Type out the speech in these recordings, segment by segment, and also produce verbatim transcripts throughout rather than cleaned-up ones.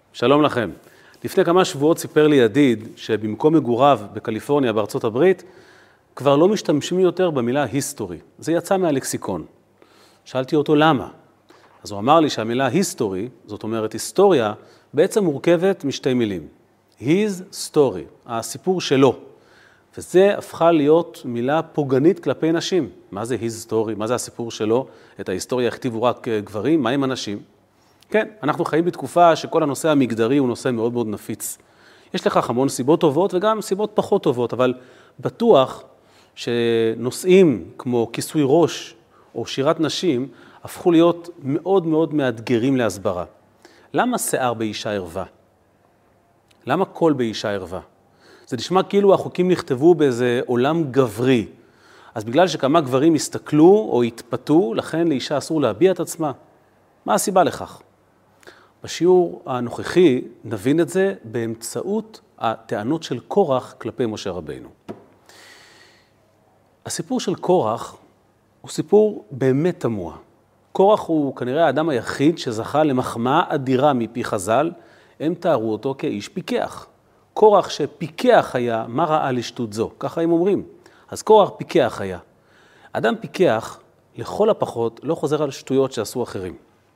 שלום לכם. לפני כמה שבועות סיפר לי ידיד שבמקום מגוריו בקליפורניה בארצות הברית, כבר לא משתמשים יותר במילה היסטורי. זה יצא מהלקסיקון. שאלתי אותו למה. אז הוא אמר לי שהמילה היסטורי, זאת אומרת היסטוריה, בעצם מורכבת משתי מילים. his story, הסיפור שלו. וזה הפכה להיות מילה פוגענית כלפי נשים. מה זה his story? מה זה הסיפור שלו? את ההיסטוריה הכתיבו רק גברים? מה עם הנשים? כן, אנחנו חיים בתקופה שכל הנושא המגדרי הוא נושא מאוד מאוד נפיץ. יש לכך המון סיבות טובות וגם סיבות פחות טובות, אבל בטוח שנושאים כמו כיסוי ראש או שירת נשים הפכו להיות מאוד מאוד מאתגרים להסברה. למה שיער באישה ערווה? למה קול באישה ערווה? זה נשמע כאילו החוקים נכתבו באיזה עולם גברי. אז בגלל שכמה גברים הסתכלו או התפתו, לכן לאישה אסור להביע את עצמה. מה הסיבה לכך? בשיעור הנוכחי נבין את זה באמצעות הטענות של קורח כלפי משה רבינו. הסיפור של קורח הוא סיפור באמת תמוה. קורח הוא כנראה האדם היחיד שזכה למחמאה אדירה מפי חז"ל, הם תארו אותו כאיש פיקח. קורח שפיקח היה, מה ראה לשטות זו? ככה הם אומרים. אז קורח פיקח היה. אדם פיקח, לכל הפחות, לא חוזר על שטויות שעשו אחרים.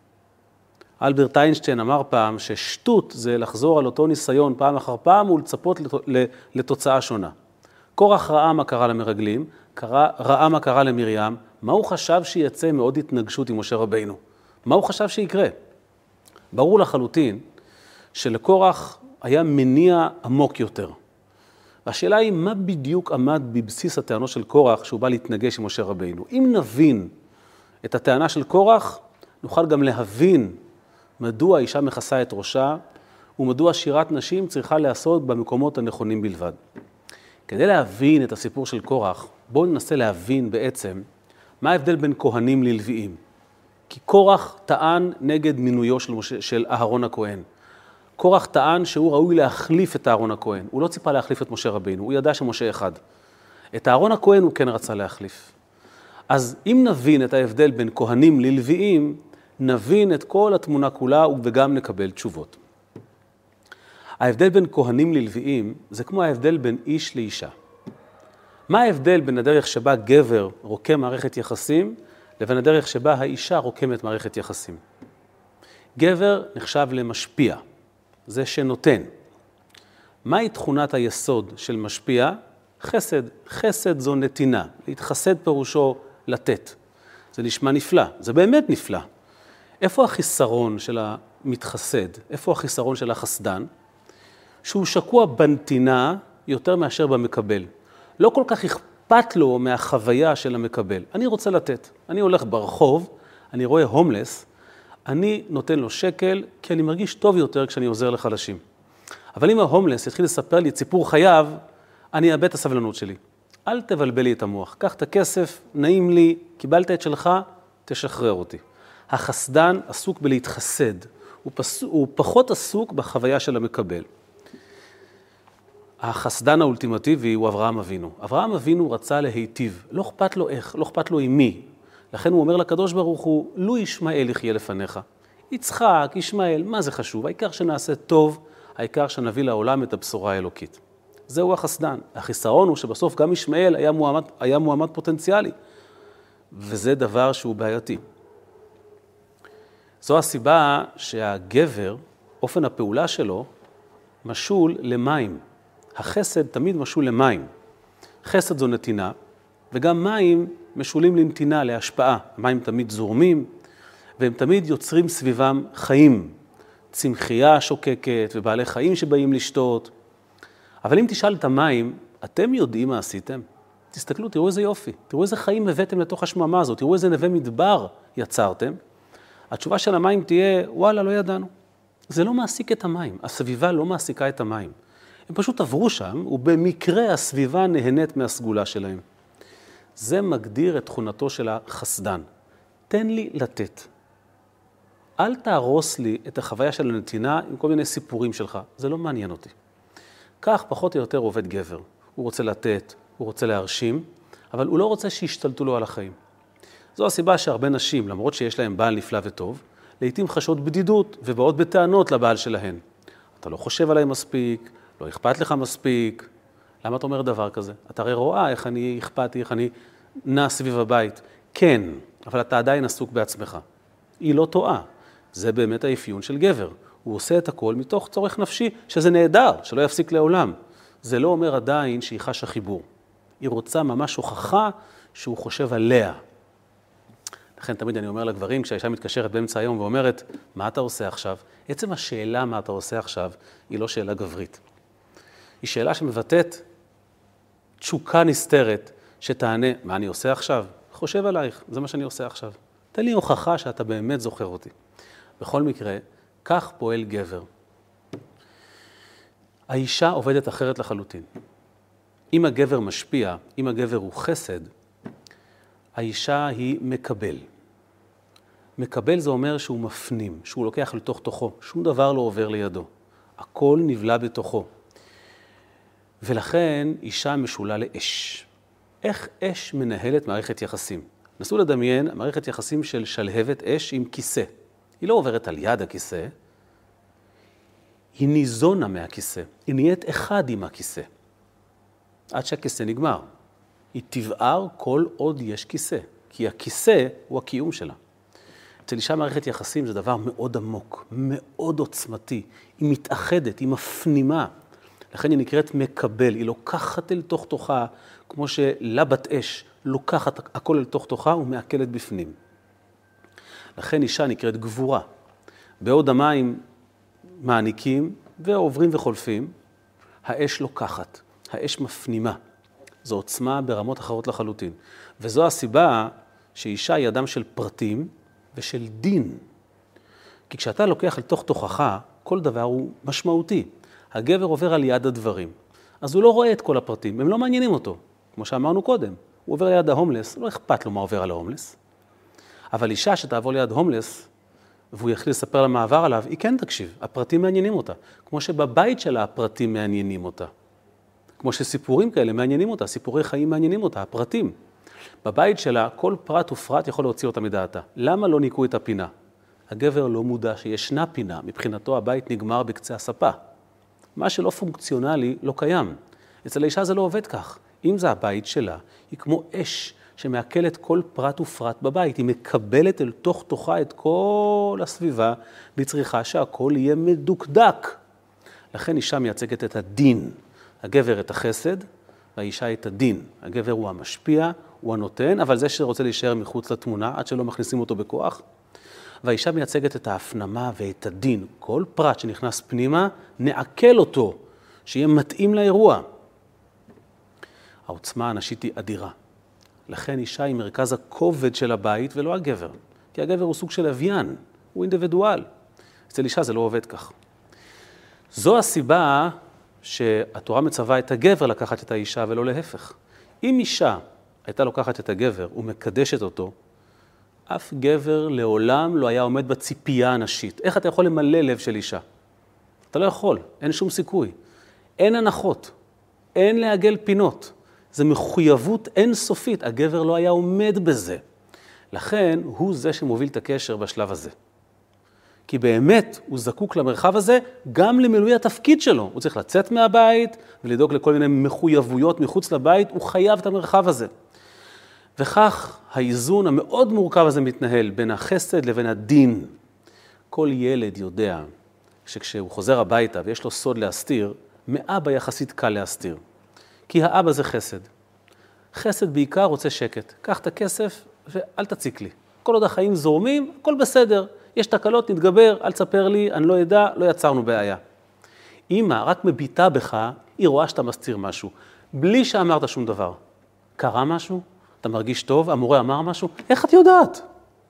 אלברט איינשטיין אמר פעם ששטות זה לחזור על אותו ניסיון פעם אחר פעם ולצפות לתוצאה שונה. קורח ראה מה קרה למרגלים, קרא, ראה מה קרה למרים, מה הוא חשב שיצא מאוד התנגשות עם משה רבינו? מה הוא חשב שיקרה? ברור לחלוטין שלקורח היה מניע עמוק יותר. והשאלה היא מה בדיוק עמד בבסיס הטענות של קורח שהוא בא להתנגש עם משה רבינו. אם נבין את הטענה של קורח, נוכל גם להבין מדוע האישה מכסה את ראשה, ומדוע שירת נשים צריכה לעשות במקומות הנכונים בלבד. כדי להבין את הסיפור של קורח, בואו ננסה להבין בעצם מה ההבדל בין כהנים ללוויים. כי קורח טען נגד מינויו של, משה, של אהרון הכהן. קורח טען שהוא ראוי להחליף את אהרון הכהן. הוא לא ציפה להחליף את משה רבינו, הוא ידע שמשה אחד. את אהרון הכהן הוא כן רצה להחליף. אז אם נבין את ההבדל בין כהנים ללוויים, נבין את כל התמונה כולה וגם נקבל תשובות. ההבדל בין כהנים ללוויים זה כמו ההבדל בין איש לאישה. מה ההבדל בין הדרך שבה גבר רוקם מערכת יחסים לבין הדרך שבה האישה רוקמת מערכת יחסים? גבר נחשב למשפיע, זה שנותן. מהי תכונת היסוד של משפיע? חסד. חסד זו נתינה. להתחסד פירושו לתת. זה נשמע נפלא, זה באמת נפלא. איפה החיסרון של המתחסד? איפה החיסרון של החסדן? שהוא שקוע בנתינה יותר מאשר במקבל. לא כל כך אכפת לו מהחוויה של המקבל. אני רוצה לתת. אני הולך ברחוב, אני רואה הומלס, אני נותן לו שקל, כי אני מרגיש טוב יותר כשאני עוזר לחלשים. אבל אם ההומלס יתחיל לספר לי את סיפור חייו, אני אאבד את הסבלנות שלי. אל תבלבל לי את המוח. קח את הכסף, נעים לי, קיבלת את שלך, תשחרר אותי. החסדן עסוק בלהתחסד, הוא, פס... הוא פחות עסוק בחוויה של המקבל. החסדן האולטימטיבי הוא אברהם אבינו. אברהם אבינו רצה להיטיב, לא אכפת לו איך, לא אכפת לו עם מי. לכן הוא אומר לקדוש ברוך הוא, לו ישמעאל יחיה לפניך. יצחק, ישמעאל, מה זה חשוב? העיקר שנעשה טוב, העיקר שנביא לעולם את הבשורה האלוקית. זהו החסדן. החיסרון הוא שבסוף גם ישמעאל היה מועמד, היה מועמד פוטנציאלי. וזה דבר שהוא בעייתי. זו הסיבה שהגבר, אופן הפעולה שלו, משול למים. החסד תמיד משול למים. חסד זו נתינה, וגם מים משולים לנתינה, להשפעה. המים תמיד זורמים, והם תמיד יוצרים סביבם חיים. צמחייה שוקקת ובעלי חיים שבאים לשתות. אבל אם תשאל את המים, אתם יודעים מה עשיתם? תסתכלו, תראו איזה יופי. תראו איזה חיים הבאתם לתוך השממה הזאת. תראו איזה נווה מדבר יצרתם. התשובה של המים תהיה, וואלה, לא ידענו. זה לא מעסיק את המים. הסביבה לא מעסיקה את המים. הם פשוט עברו שם, ובמקרה הסביבה נהנית מהסגולה שלהם. זה מגדיר את תכונתו של החסדן. תן לי לתת. אל תהרוס לי את החוויה של הנתינה עם כל מיני סיפורים שלך. זה לא מעניין אותי. כך פחות או יותר עובד גבר. הוא רוצה לתת, הוא רוצה להרשים, אבל הוא לא רוצה שישתלטו לו על החיים. זו הסיבה שהרבה נשים, למרות שיש להם בעל נפלא וטוב, לעתים חשות בדידות ובאות בטענות לבעל שלהן. אתה לא חושב עליי מספיק, לא אכפת לך מספיק. למה אתה אומר דבר כזה? אתה הרי רואה איך אני אכפתי, איך אני נע סביב הבית. כן, אבל אתה עדיין עסוק בעצמך. היא לא טועה. זה באמת האפיון של גבר. הוא עושה את הכל מתוך צורך נפשי, שזה נהדר, שלא יפסיק לעולם. זה לא אומר עדיין שהיא חשה חיבור. היא רוצה ממש הוכחה שהוא חושב עליה. לכן תמיד אני אומר לגברים, כשהאישה מתקשרת באמצע היום ואומרת, מה אתה עושה עכשיו? עצם השאלה מה אתה עושה עכשיו, היא לא שאלה גברית. היא שאלה שמבטאת תשוקה נסתרת, שתענה, מה אני עושה עכשיו? חושב עלייך, זה מה שאני עושה עכשיו. תן לי הוכחה שאתה באמת זוכר אותי. בכל מקרה, כך פועל גבר. האישה עובדת אחרת לחלוטין. אם הגבר משפיע, אם הגבר הוא חסד, האישה היא מקבל. מקבל זה אומר שהוא מפנים, שהוא לוקח לתוך תוכו, שום דבר לא עובר לידו. הכל נבלע בתוכו. ולכן אישה משולה לאש. איך אש מנהלת מערכת יחסים? נסו לדמיין מערכת יחסים של שלהבת אש עם כיסא. היא לא עוברת על יד הכיסא, היא ניזונה מהכיסא, היא נהיית אחד עם הכיסא. עד שהכיסא נגמר. היא תבער כל עוד יש כיסא, כי הכיסא הוא הקיום שלה. אצל אישה מערכת יחסים זה דבר מאוד עמוק, מאוד עוצמתי. היא מתאחדת, היא מפנימה. לכן היא נקראת מקבל, היא לוקחת אל תוך תוכה, כמו שלבת אש לוקחת הכל אל תוך תוכה ומעכלת בפנים. לכן אישה נקראת גבורה. בעוד המים מעניקים ועוברים וחולפים, האש לוקחת, האש מפנימה. זו עוצמה ברמות אחרות לחלוטין. וזו הסיבה שאישה היא אדם של פרטים ושל דין. כי כשאתה לוקח אל תוך תוכחה, כל דבר הוא משמעותי. הגבר עובר על יד הדברים. אז הוא לא רואה את כל הפרטים, הם לא מעניינים אותו. כמו שאמרנו קודם, הוא עובר ליד ההומלס, לא אכפת לו מה עובר על ההומלס. אבל אישה שתעבור ליד הומלס, והוא יחליט לספר לה מה עבר עליו, היא כן תקשיב, הפרטים מעניינים אותה. כמו שבבית שלה הפרטים מעניינים אותה. כמו שסיפורים כאלה מעניינים אותה, סיפורי חיים מעניינים אותה, הפרטים. בבית שלה כל פרט ופרט יכול להוציא אותה מדעתה. למה לא ניקו את הפינה? הגבר לא מודע שישנה פינה, מבחינתו הבית נגמר בקצה הספה. מה שלא פונקציונלי לא קיים. אצל האישה זה לא עובד כך. אם זה הבית שלה, היא כמו אש שמעכלת כל פרט ופרט בבית. היא מקבלת אל תוך תוכה את כל הסביבה, והיא צריכה שהכל יהיה מדוקדק. לכן אישה מייצגת את הדין. הגבר את החסד, והאישה את הדין. הגבר הוא המשפיע, הוא הנותן, אבל זה שרוצה להישאר מחוץ לתמונה, עד שלא מכניסים אותו בכוח. והאישה מייצגת את ההפנמה ואת הדין. כל פרט שנכנס פנימה, נעכל אותו, שיהיה מתאים לאירוע. העוצמה הנשית היא אדירה. לכן אישה היא מרכז הכובד של הבית ולא הגבר. כי הגבר הוא סוג של לוויין, הוא אינדיבידואל. אצל אישה זה לא עובד כך. זו הסיבה שהתורה מצווה את הגבר לקחת את האישה ולא להפך. אם אישה הייתה לוקחת את הגבר ומקדשת אותו, אף גבר לעולם לא היה עומד בציפייה הנשית. איך אתה יכול למלא לב של אישה? אתה לא יכול, אין שום סיכוי. אין הנחות, אין לעגל פינות. זה מחויבות אינסופית, הגבר לא היה עומד בזה. לכן הוא זה שמוביל את הקשר בשלב הזה. כי באמת הוא זקוק למרחב הזה גם למילוי התפקיד שלו. הוא צריך לצאת מהבית ולדאוג לכל מיני מחויבויות מחוץ לבית, הוא חייב את המרחב הזה. וכך האיזון המאוד מורכב הזה מתנהל בין החסד לבין הדין. כל ילד יודע שכשהוא חוזר הביתה ויש לו סוד להסתיר, מאבא יחסית קל להסתיר. כי האבא זה חסד. חסד בעיקר רוצה שקט. קח את הכסף ואל תציק לי. כל עוד החיים זורמים, הכל בסדר. יש תקלות, נתגבר, אל תספר לי, אני לא ידע, לא יצרנו בעיה. אמא רק מביטה בך, היא רואה שאתה מסתיר משהו. בלי שאמרת שום דבר. קרה משהו? אתה מרגיש טוב? המורה אמר משהו? איך את יודעת?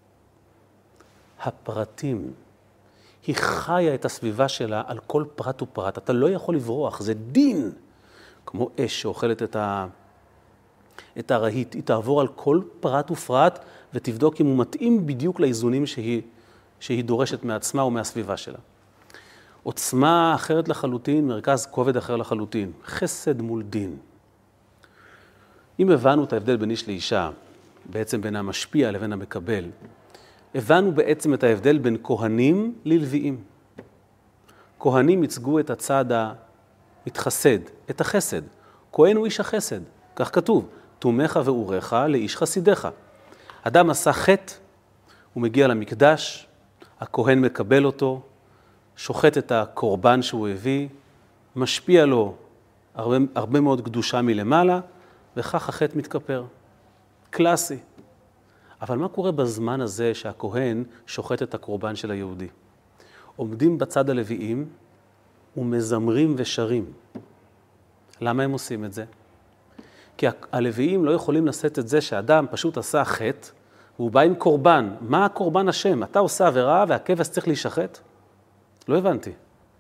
הפרטים. היא חיה את הסביבה שלה על כל פרט ופרט. אתה לא יכול לברוח, זה דין. כמו אש שאוכלת את, ה... את הרהיט. היא תעבור על כל פרט ופרט ותבדוק אם הוא מתאים בדיוק לאיזונים שהיא, שהיא דורשת מעצמה ומהסביבה שלה. עוצמה אחרת לחלוטין, מרכז כובד אחר לחלוטין. חסד מול דין. אם הבנו את ההבדל בין איש לאישה, בעצם בין המשפיע לבין המקבל, הבנו בעצם את ההבדל בין כהנים ללוויים. כהנים ייצגו את הצד המתחסד, את החסד. כהן הוא איש החסד, כך כתוב, תומך ואורך לאיש חסידך. אדם עשה חטא, הוא מגיע למקדש, הכהן מקבל אותו, שוחט את הקורבן שהוא הביא, משפיע לו הרבה, הרבה מאוד קדושה מלמעלה, וכך החטא מתכפר. קלאסי. אבל מה קורה בזמן הזה שהכהן שוחט את הקורבן של היהודי? עומדים בצד הלוויים ומזמרים ושרים. למה הם עושים את זה? כי הלוויים לא יכולים לשאת את זה שאדם פשוט עשה חטא, והוא בא עם קורבן. מה הקורבן השם? אתה עושה עבירה והכבש צריך להישחט? לא הבנתי.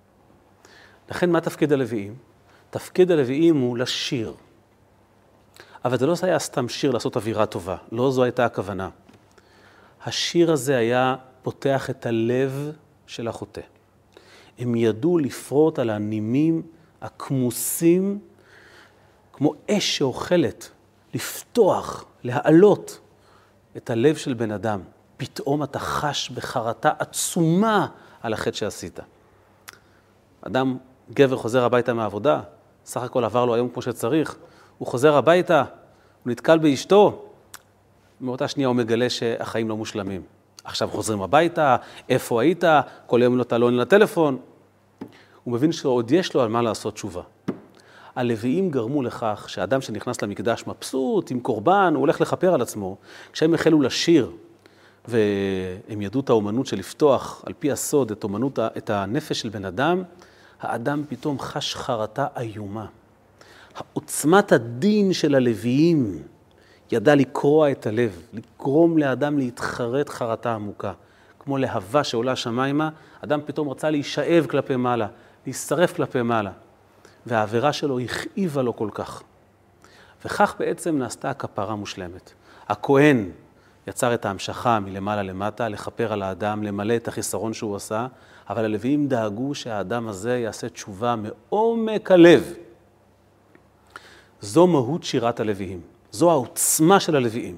לכן מה תפקיד הלוויים? תפקיד הלוויים הוא לשיר. אבל זה לא היה סתם שיר לעשות אווירה טובה. לא זו הייתה הכוונה. השיר הזה היה פותח את הלב של החוטא. הם ידעו לפרוט על הנימים הכמוסים, כמו אש שאוכלת, לפתוח, להעלות את הלב של בן אדם. פתאום אתה חש בחרטה עצומה על החטא שעשית. אדם, גבר חוזר הביתה מהעבודה, סך הכל עבר לו היום כמו שצריך, הוא חוזר הביתה, הוא נתקל באשתו, מאותה שנייה הוא מגלה שהחיים לא מושלמים. עכשיו חוזרים הביתה, איפה היית? כל יום אתה לא עונה לטלפון. הוא מבין שעוד יש לו על מה לעשות תשובה. הלוויים גרמו לכך שהאדם שנכנס למקדש מבסוט, עם קורבן, הוא הולך לחפר על עצמו. כשהם החלו לשיר, והם ידעו את האומנות של לפתוח על פי הסוד את, אומנות, את הנפש של בן אדם, האדם פתאום חש חרטה איומה. עוצמת הדין של הלוויים ידע לקרוע את הלב, לגרום לאדם להתחרט חרטה עמוקה. כמו להבה שעולה שמיימה, אדם פתאום רצה להישאב כלפי מעלה, להישרף כלפי מעלה. והעבירה שלו הכאיבה לו כל כך. וכך בעצם נעשתה הכפרה מושלמת. הכהן יצר את ההמשכה מלמעלה למטה, לחפר על האדם, למלא את החיסרון שהוא עשה, אבל הלוויים דאגו שהאדם הזה יעשה תשובה מעומק הלב. זו מהות שירת הלוויים. זו העוצמה של הלוויים.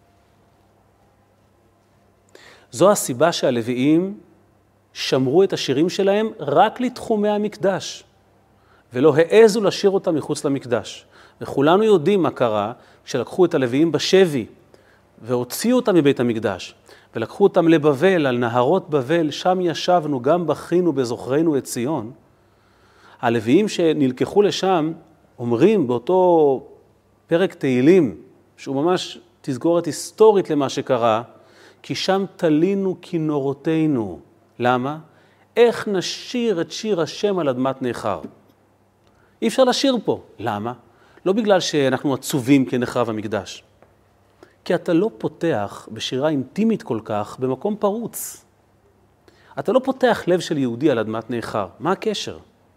זו הסיבה שהלוויים שמרו את השירים שלהם רק לתחומי המקדש, ולא העזו לשיר אותם מחוץ למקדש. וכולנו יודעים מה קרה כשלקחו את הלוויים בשבי, והוציאו אותם מבית המקדש, ולקחו אותם לבבל, על נהרות בבל, שם ישבנו, גם בכינו בזוכרנו את ציון. הלוויים שנלקחו לשם, אומרים באותו פרק תהילים, שהוא ממש תזכורת היסטורית למה שקרה, כי שם תלינו כינורותינו. למה? איך נשיר את שיר השם על אדמת ניכר? אי אפשר לשיר פה. למה? לא בגלל שאנחנו עצובים כנחרב המקדש. כי אתה לא פותח בשירה אינטימית כל כך במקום פרוץ. אתה לא פותח לב של יהודי על אדמת ניכר. מה הקשר?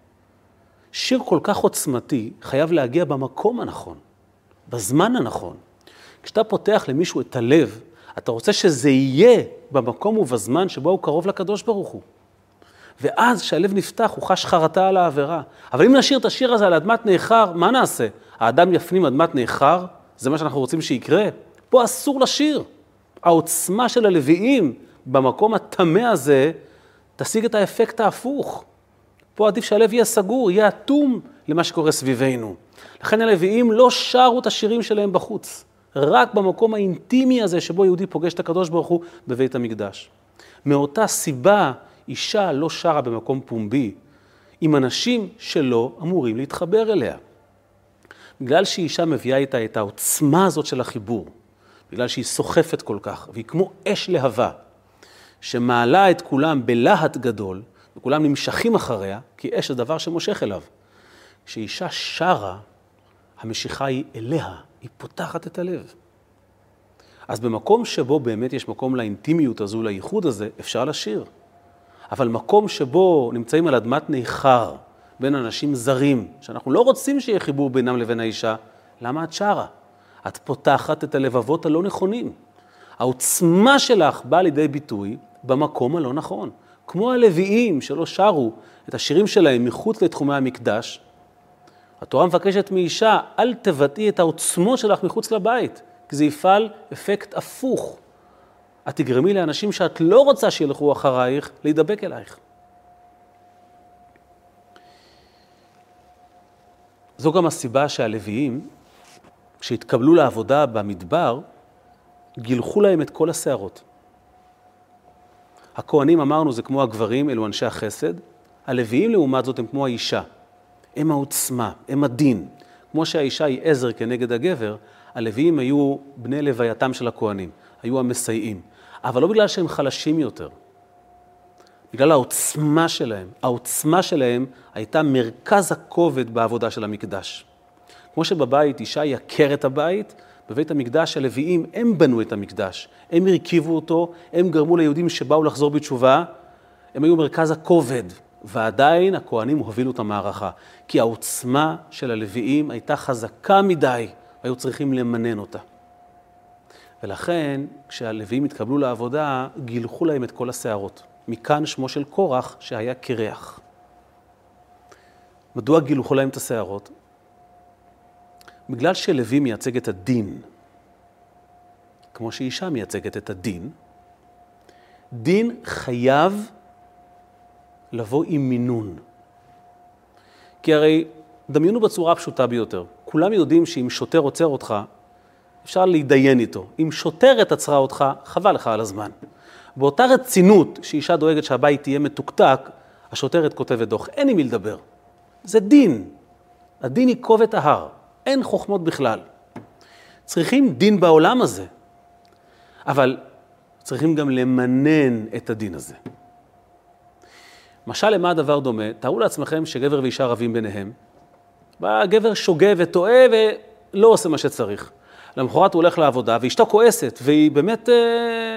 שיר כל כך עוצמתי חייב להגיע במקום הנכון, בזמן הנכון. כשאתה פותח למישהו את הלב, אתה רוצה שזה יהיה במקום ובזמן שבו הוא קרוב לקדוש ברוך הוא. ואז כשהלב נפתח, הוא חש חרטה על העבירה. אבל אם נשאיר את השיר הזה על אדמת ניכר, מה נעשה? האדם יפנים אדמת ניכר? זה מה שאנחנו רוצים שיקרה? פה אסור לשיר. העוצמה של הלוויים במקום התמה הזה, תשיג את האפקט ההפוך. פה עדיף שהלב יהיה סגור, יהיה אטום למה שקורה סביבנו. לכן הלוויים לא שרו את השירים שלהם בחוץ. רק במקום האינטימי הזה שבו יהודי פוגש את הקדוש ברוך הוא בבית המקדש. מאותה סיבה אישה לא שרה במקום פומבי, עם אנשים שלא אמורים להתחבר אליה. בגלל שאישה מביאה איתה את העוצמה הזאת של החיבור, בגלל שהיא סוחפת כל כך, והיא כמו אש להבה, שמעלה את כולם בלהט גדול, וכולם נמשכים אחריה, כי אש זה דבר שמושך אליו. כשאישה שרה, המשיכה היא אליה, היא פותחת את הלב. אז במקום שבו באמת יש מקום לאינטימיות הזו, לייחוד הזה, אפשר לשיר. אבל מקום שבו נמצאים על אדמת ניכר, בין אנשים זרים, שאנחנו לא רוצים שיהיה חיבור בינם לבין האישה, למה את שרה? את פותחת את הלבבות הלא נכונים. העוצמה שלך באה לידי ביטוי במקום הלא נכון. כמו הלוויים שלא שרו את השירים שלהם מחוץ לתחומי המקדש, התורה מבקשת מאישה, אל תבטאי את העוצמות שלך מחוץ לבית, כי זה יפעל אפקט הפוך. את תגרמי לאנשים שאת לא רוצה שילכו אחרייך, להידבק אלייך. זו גם הסיבה שהלוויים, כשהתקבלו לעבודה במדבר, גילחו להם את כל השערות. הכהנים, אמרנו, זה כמו הגברים, אלו אנשי החסד. הלוויים לעומת זאת הם כמו האישה. הם העוצמה, הם הדין. כמו שהאישה היא עזר כנגד הגבר, הלוויים היו בני לווייתם של הכהנים, היו המסייעים. אבל לא בגלל שהם חלשים יותר. בגלל העוצמה שלהם. העוצמה שלהם הייתה מרכז הכובד בעבודה של המקדש. כמו שבבית אישה יקר את הבית, בבית המקדש הלוויים הם בנו את המקדש. הם הרכיבו אותו, הם גרמו ליהודים שבאו לחזור בתשובה, הם היו מרכז הכובד. ועדיין הכהנים הובילו את המערכה. כי העוצמה של הלוויים הייתה חזקה מדי, והיו צריכים למנן אותה. ולכן, כשהלוויים התקבלו לעבודה, גילחו להם את כל השערות. מכאן שמו של קורח שהיה קרח. מדוע גילחו להם את השערות? בגלל שלוי מייצג את הדין, כמו שאישה מייצגת את הדין, דין חייב לבוא עם מינון. כי הרי דמיינו בצורה הפשוטה ביותר. כולם יודעים שאם שוטר עוצר אותך, אפשר להידיין איתו. אם שוטרת עצרה אותך, חבל לך על הזמן. באותה רצינות שאישה דואגת שהבית תהיה מתוקתק, השוטרת כותבת דוח. אין עם מי לדבר. זה דין. הדין ייקוב את ההר. אין חוכמות בכלל. צריכים דין בעולם הזה. אבל צריכים גם למנן את הדין הזה. משל למה הדבר דומה? תארו לעצמכם שגבר ואישה רבים ביניהם. והגבר שוגה וטועה ולא עושה מה שצריך. למחרת הוא הולך לעבודה ואשתו כועסת והיא באמת אה,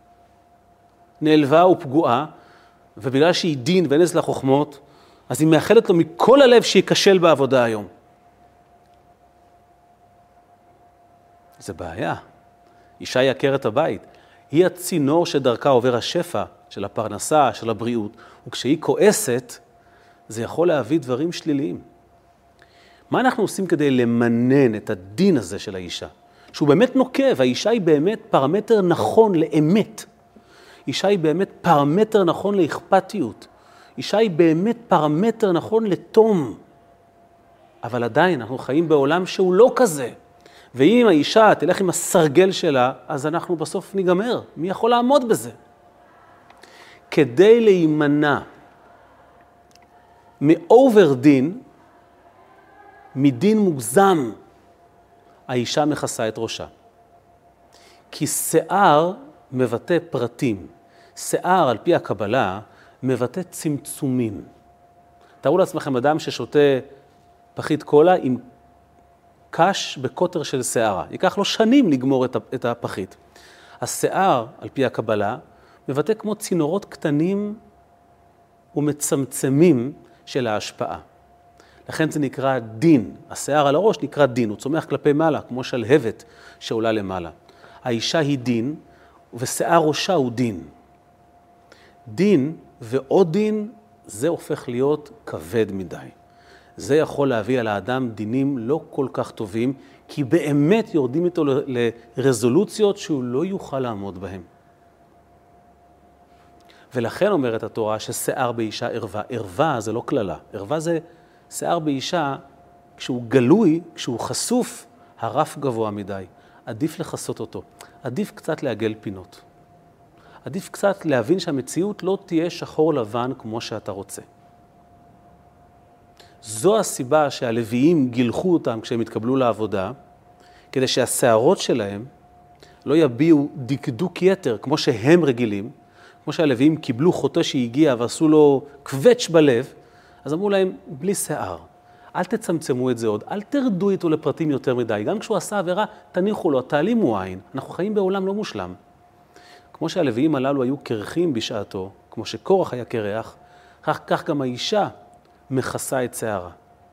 נעלבה ופגועה, ובגלל שהיא דין ואין אצלה חוכמות, אז היא מאחלת לו מכל הלב שייכשל בעבודה היום. זה בעיה. אישה יקר את הבית. היא הצינור שדרכה עובר השפע של הפרנסה, של הבריאות, וכשהיא כועסת, זה יכול להביא דברים שליליים. מה אנחנו עושים כדי למנן את הדין הזה של האישה? שהוא באמת נוקב, האישה היא באמת פרמטר נכון לאמת. אישה היא באמת פרמטר נכון לאכפתיות. אישה היא באמת פרמטר נכון לתום. אבל עדיין אנחנו חיים בעולם שהוא לא כזה. ואם האישה תלך עם הסרגל שלה, אז אנחנו בסוף ניגמר. מי יכול לעמוד בזה? כדי להימנע מאובר דין, מדין מוגזם, האישה מכסה את ראשה. כי שיער מבטא פרטים. שיער, על פי הקבלה, מבטא צמצומים. תראו לעצמכם אדם ששותה פחית קולה עם קש בקוטר של שיערה. ייקח לו שנים לגמור את הפחית. השיער, על פי הקבלה, מבטא כמו צינורות קטנים ומצמצמים של ההשפעה. לכן זה נקרא דין. השיער על הראש נקרא דין. הוא צומח כלפי מעלה, כמו שלהבת שעולה למעלה. האישה היא דין, ושיער ראשה הוא דין. דין ועוד דין, זה הופך להיות כבד מדי. זה יכול להביא על האדם דינים לא כל כך טובים, כי באמת יורדים איתו לרזולוציות שהוא לא יוכל לעמוד בהם. ולכן אומרת התורה ששיער באישה ערווה. ערווה זה לא כללה. ערווה זה שיער באישה, כשהוא גלוי, כשהוא חשוף, הרף גבוה מדי. עדיף לחסות אותו. עדיף קצת לעגל פינות. עדיף קצת להבין שהמציאות לא תהיה שחור לבן כמו שאתה רוצה. זו הסיבה שהלוויים גילחו אותם כשהם התקבלו לעבודה, כדי שהשערות שלהם לא יביעו דקדוק יתר כמו שהם רגילים, כמו שהלוויים קיבלו חוטא שהגיע ועשו לו קווץ' בלב, אז אמרו להם, בלי שיער, אל תצמצמו את זה עוד, אל תרדו איתו לפרטים יותר מדי, גם כשהוא עשה עבירה, תניחו לו, תעלימו עין, אנחנו חיים בעולם לא מושלם. כמו שהלוויים הללו היו קרחים בשעתו, כמו שקורח היה קרח, כך, כך גם האישה מכסה את שערה.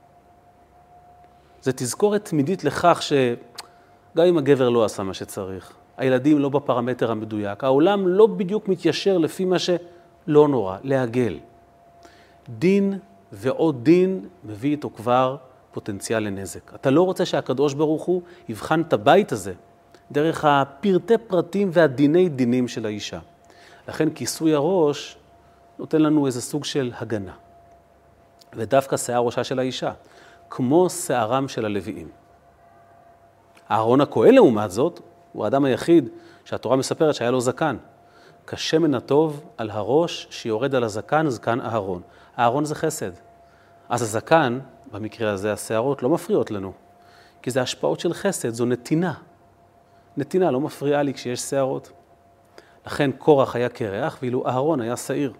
זה תזכורת תמידית לכך שגם אם הגבר לא עשה מה שצריך, הילדים לא בפרמטר המדויק, העולם לא בדיוק מתיישר לפי מה שלא נורא, להגל. דין ועוד דין מביא איתו כבר פוטנציאל לנזק. אתה לא רוצה שהקדוש ברוך הוא יבחן את הבית הזה דרך הפרטי פרטים והדיני דינים של האישה. לכן כיסוי הראש נותן לנו איזה סוג של הגנה. ודווקא שיער ראשה של האישה. כמו שערם של הלוויים. אהרון הכהן לעומת זאת, הוא האדם היחיד שהתורה מספרת שהיה לו זקן. כשמן הטוב על הראש שיורד על הזקן, זקן אהרון. אהרון זה חסד. אז הזקן, במקרה הזה השערות, לא מפריעות לנו. כי זה השפעות של חסד, זו נתינה. נתינה לא מפריעה לי כשיש שערות. לכן קורח היה קרח, ואילו אהרון היה שעיר.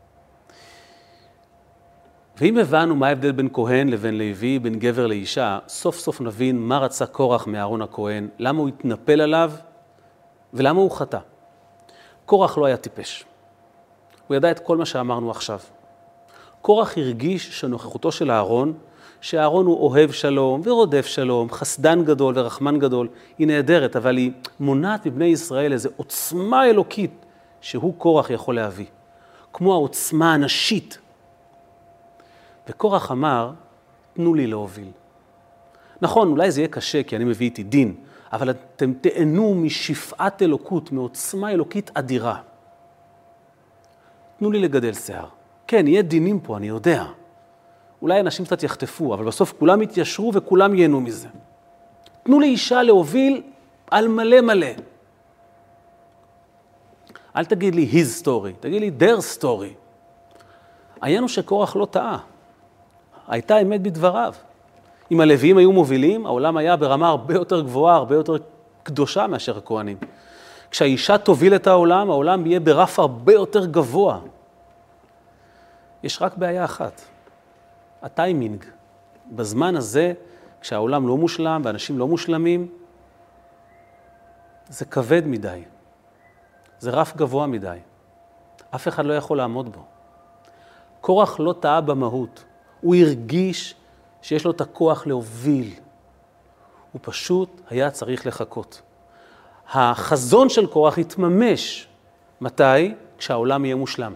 ואם הבנו מה ההבדל בין כהן לבין לוי, בין גבר לאישה, סוף סוף נבין מה רצה קורח מאהרון הכהן, למה הוא התנפל עליו ולמה הוא חטא. קורח לא היה טיפש. הוא ידע את כל מה שאמרנו עכשיו. קורח הרגיש שנוכחותו של אהרון, שאהרון הוא אוהב שלום ורודף שלום, חסדן גדול ורחמן גדול, היא נהדרת, אבל היא מונעת מבני ישראל איזו עוצמה אלוקית שהוא קורח יכול להביא. כמו העוצמה הנשית. וקורח אמר, תנו לי להוביל. נכון, אולי זה יהיה קשה כי אני מביא איתי דין, אבל אתם תהנו משפעת אלוקות, מעוצמה אלוקית אדירה. תנו לי לגדל שיער. כן, יהיה דינים פה, אני יודע. אולי אנשים קצת יחטפו, אבל בסוף כולם יתיישרו וכולם ייהנו מזה. תנו לאישה להוביל על מלא מלא. אל תגיד לי his story, תגיד לי their story. העניין הוא שקורח לא טעה. הייתה אמת בדבריו. אם הלוויים היו מובילים, העולם היה ברמה הרבה יותר גבוהה, הרבה יותר קדושה מאשר הכהנים. כשהאישה תוביל את העולם, העולם יהיה ברף הרבה יותר גבוה. יש רק בעיה אחת, הטיימינג. בזמן הזה, כשהעולם לא מושלם ואנשים לא מושלמים, זה כבד מדי. זה רף גבוה מדי. אף אחד לא יכול לעמוד בו. קורח לא טעה במהות. הוא הרגיש שיש לו את הכוח להוביל. הוא פשוט היה צריך לחכות. החזון של קורח התממש. מתי? כשהעולם יהיה מושלם.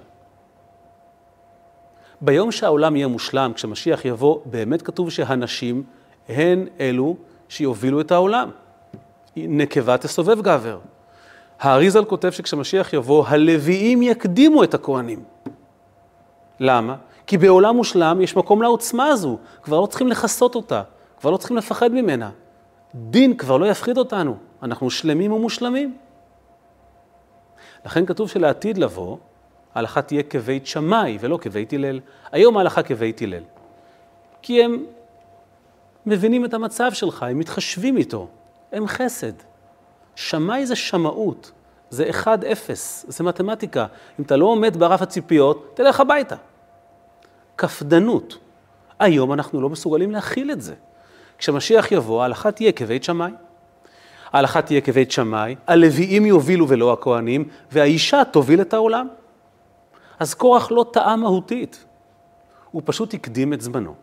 ביום שהעולם יהיה מושלם, כשמשיח יבוא, באמת כתוב שהנשים הן אלו שיובילו את העולם. נקבה תסובב גבר. האריזל כותב שכשמשיח יבוא, הלוויים יקדימו את הכהנים. למה? כי בעולם מושלם יש מקום לעוצמה הזו. כבר לא צריכים לחסות אותה. כבר לא צריכים לפחד ממנה. דין כבר לא יפחיד אותנו. אנחנו שלמים ומושלמים. לכן כתוב שלעתיד לבוא, ההלכה תהיה כבית שמאי ולא כבית הלל. היום ההלכה כבית הלל. כי הם מבינים את המצב שלך, הם מתחשבים איתו. הם חסד. שמאי זה שמאות. זה אחד אפס. זה מתמטיקה. אם אתה לא עומד ברף הציפיות, תלך הביתה. כפדנות. היום אנחנו לא מסוגלים להכיל את זה. כשמשיח יבוא, ההלכה תהיה כבית שמאי. ההלכה תהיה כבית שמאי, הלוויים יובילו ולא הכהנים, והאישה תוביל את העולם. אז קורח לא טעה מהותית. הוא פשוט הקדים את זמנו.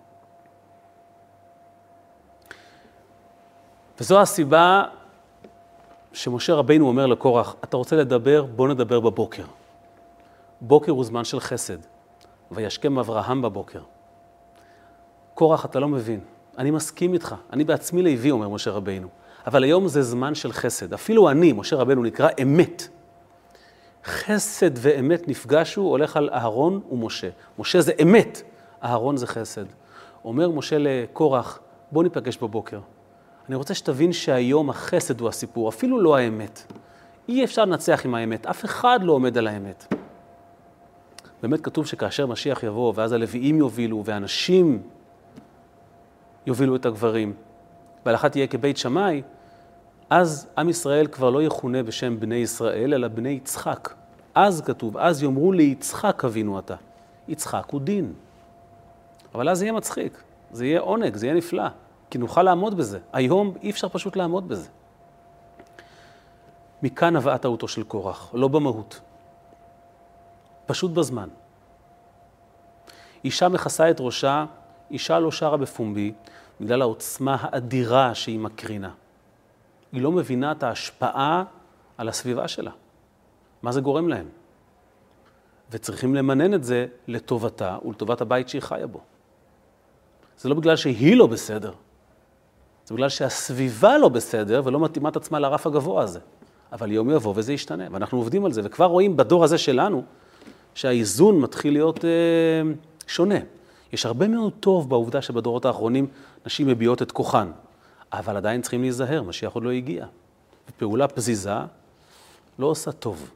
וזו הסיבה שמשה רבינו אומר לקורח, אתה רוצה לדבר? בוא נדבר בבוקר. בוקר הוא זמן של חסד. וישכם אברהם בבוקר. קורח, אתה לא מבין. אני מסכים איתך. אני בעצמי לוי, אומר משה רבינו. אבל היום זה זמן של חסד. אפילו אני, משה רבינו, נקרא אמת. חסד ואמת נפגשו, הולך על אהרון ומשה. משה זה אמת, אהרון זה חסד. אומר משה לקורח, בוא ניפגש בבוקר. אני רוצה שתבין שהיום החסד הוא הסיפור, אפילו לא האמת. אי אפשר לנצח עם האמת, אף אחד לא עומד על האמת. באמת כתוב שכאשר משיח יבוא, ואז הלוויים יובילו, ואנשים יובילו את הגברים, וההלכה תהיה כבית שמאי, אז עם ישראל כבר לא יכונה בשם בני ישראל, אלא בני יצחק. אז כתוב, אז יאמרו ליצחק אבינו אתה. יצחק הוא דין. אבל אז זה יהיה מצחיק, זה יהיה עונג, זה יהיה נפלא, כי נוכל לעמוד בזה. היום אי אפשר פשוט לעמוד בזה. מכאן נבעה טעותו של קורח, לא במהות. פשוט בזמן. אישה מכסה את ראשה, אישה לא שרה בפומבי, בגלל העוצמה האדירה שהיא מקרינה. היא לא מבינה את ההשפעה על הסביבה שלה. מה זה גורם להם? וצריכים למנן את זה לטובתה ולטובת הבית שהיא חיה בו. זה לא בגלל שהיא לא בסדר. זה בגלל שהסביבה לא בסדר ולא מתאימה את עצמה לרף הגבוה הזה. אבל יום יבוא וזה ישתנה. ואנחנו עובדים על זה, וכבר רואים בדור הזה שלנו שהאיזון מתחיל להיות אה, שונה. יש הרבה מאוד טוב בעובדה שבדורות האחרונים נשים מביעות את כוחן, אבל עדיין צריכים להיזהר, משיח עוד לא הגיע. ופעולה פזיזה לא עושה טוב.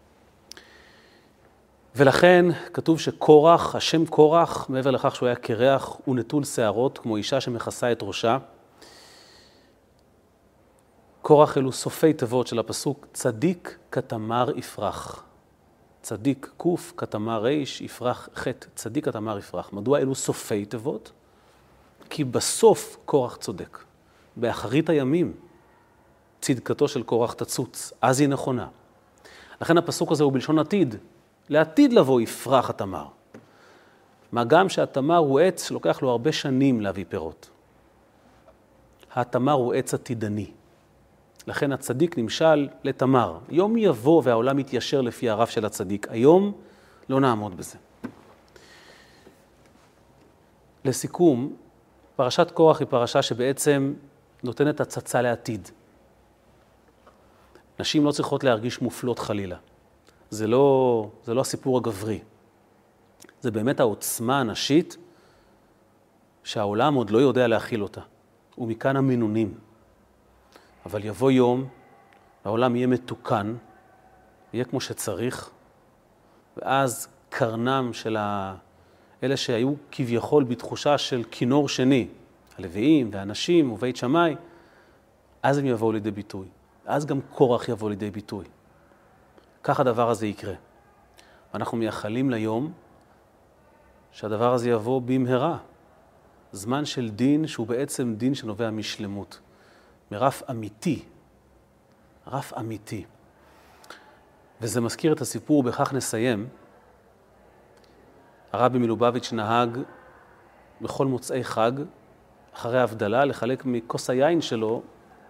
ולכן כתוב שקורח, השם קורח, מעבר לכך שהוא היה קרח, הוא נטול שערות, כמו אישה שמכסה את ראשה. קורח אלו סופי תיבות של הפסוק, צדיק כתמר יפרח. צדיק קוף, כתמר ריש, יפרח חטא, צדיק כתמר יפרח. מדוע אלו סופי תיבות? כי בסוף קורח צודק. באחרית הימים צדקתו של קורח תצוץ, אז היא נכונה. לכן הפסוק הזה הוא בלשון עתיד. לעתיד לבוא יפרח התמר. מה גם שהתמר הוא עץ שלוקח לו הרבה שנים להביא פירות. התמר הוא עץ עתידני. לכן הצדיק נמשל לתמר. יום יבוא והעולם יתיישר לפי הרף של הצדיק. היום לא נעמוד בזה. לסיכום, פרשת קורח היא פרשה שבעצם נותנת הצצה לעתיד. נשים לא צריכות להרגיש מופלות חלילה. זה לא, זה לא הסיפור הגברי. זה באמת העוצמה הנשית שהעולם עוד לא יודע להכיל אותה. ומכאן המינונים. אבל יבוא יום, העולם יהיה מתוקן, יהיה כמו שצריך, ואז קרנם של אלה שהיו כביכול בתחושה של כינור שני, הלוויים והאנשים ובית שמאי, אז הם יבואו לידי ביטוי. אז גם קורח יבוא לידי ביטוי. כך הדבר הזה יקרה. ואנחנו מייחלים ליום שהדבר הזה יבוא במהרה. זמן של דין שהוא בעצם דין שנובע משלמות. מרף אמיתי. רף אמיתי. וזה מזכיר את הסיפור, בכך נסיים. הרבי מלובביץ' נהג בכל מוצאי חג, אחרי ההבדלה, לחלק מכוס היין שלו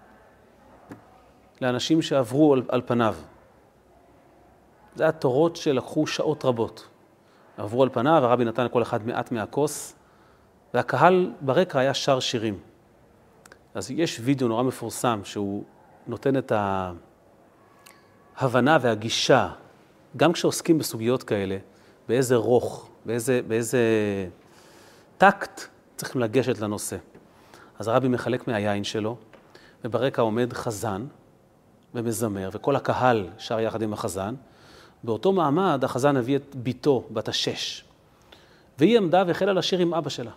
לאנשים שעברו על, על פניו. זה היה תורות שלקחו שעות רבות. עברו על פניו, הרבי נתן לכל אחד מעט מהכוס, והקהל ברקע היה שר שירים. אז יש וידאו נורא מפורסם שהוא נותן את ההבנה והגישה, גם כשעוסקים בסוגיות כאלה, באיזה רוך, באיזה, באיזה טקט צריכים לגשת לנושא. אז הרבי מחלק מהיין שלו, וברקע עומד חזן ומזמר, וכל הקהל שר יחד עם החזן. באותו מעמד החזן הביא את ביתו, בת השש, והיא עמדה והחלה לשיר עם אבא שלה.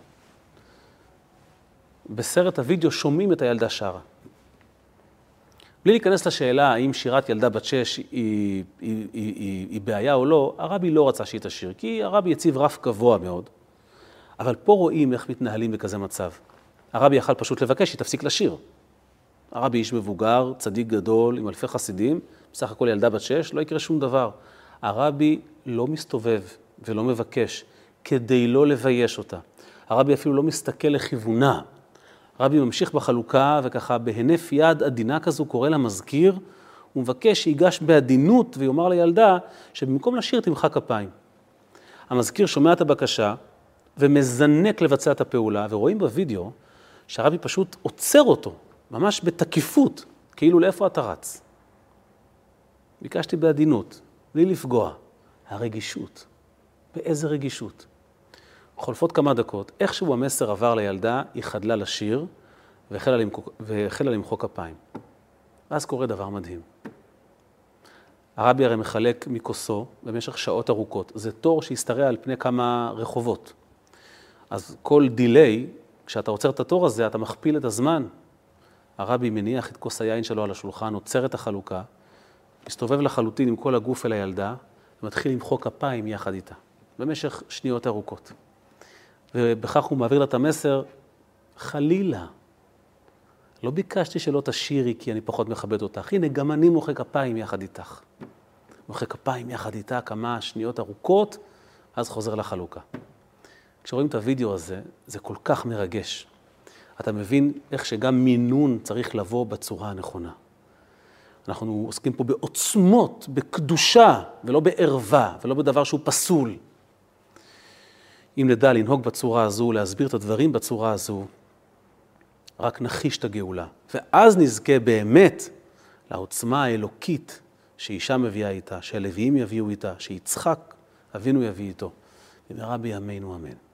בסרט הוידאו שומעים את הילדה שרה. בלי להיכנס לשאלה האם שירת ילדה בת שש היא, היא, היא, היא, היא בעיה או לא, הרבי לא רצה שהיא תשיר, כי הרבי יציב רף גבוה מאוד. אבל פה רואים איך מתנהלים בכזה מצב. הרבי יכל פשוט לבקש שהיא תפסיק לשיר. הרבי איש מבוגר, צדיק גדול, עם אלפי חסידים, בסך הכל ילדה בת שש, לא יקרה שום דבר. הרבי לא מסתובב ולא מבקש כדי לא לבייש אותה. הרבי אפילו לא מסתכל לכיוונה. הרבי ממשיך בחלוקה וככה בהינף יד עדינה כזו קורא למזכיר, הוא מבקש שיגש בעדינות ויאמר לילדה שבמקום לשיר תמחא כפיים. המזכיר שומע את הבקשה ומזנק לבצע את הפעולה, ורואים בווידאו שהרבי פשוט עוצר אותו, ממש בתקיפות, כאילו לאיפה אתה רץ. ביקשתי בעדינות, בלי לפגוע. הרגישות. באיזה רגישות? חולפות כמה דקות, איכשהו המסר עבר לילדה, היא חדלה לשיר, והחלה למחוא, והחלה למחוא כפיים. ואז קורה דבר מדהים. הרבי הרי מחלק מכוסו במשך שעות ארוכות. זה תור שהסתרע על פני כמה רחובות. אז כל דיליי, כשאתה עוצר את התור הזה, אתה מכפיל את הזמן. הרבי מניח את כוס היין שלו על השולחן, עוצר את החלוקה, מסתובב לחלוטין עם כל הגוף אל הילדה, ומתחיל למחוא כפיים יחד איתה, במשך שניות ארוכות. ובכך הוא מעביר לה את המסר, חלילה, לא ביקשתי שלא תשירי כי אני פחות מכבד אותך. הנה, גם אני מוחא כפיים יחד איתך. מוחא כפיים יחד איתה כמה שניות ארוכות, אז חוזר לחלוקה. כשרואים את הוידאו הזה, זה כל כך מרגש. אתה מבין איך שגם מינון צריך לבוא בצורה הנכונה. אנחנו עוסקים פה בעוצמות, בקדושה, ולא בערווה, ולא בדבר שהוא פסול. אם נדע לנהוג בצורה הזו, להסביר את הדברים בצורה הזו, רק נחיש את הגאולה. ואז נזכה באמת לעוצמה האלוקית שאישה מביאה איתה, שהלוויים יביאו איתה, שיצחק אבינו יביא איתו. במהרה בימינו אמן.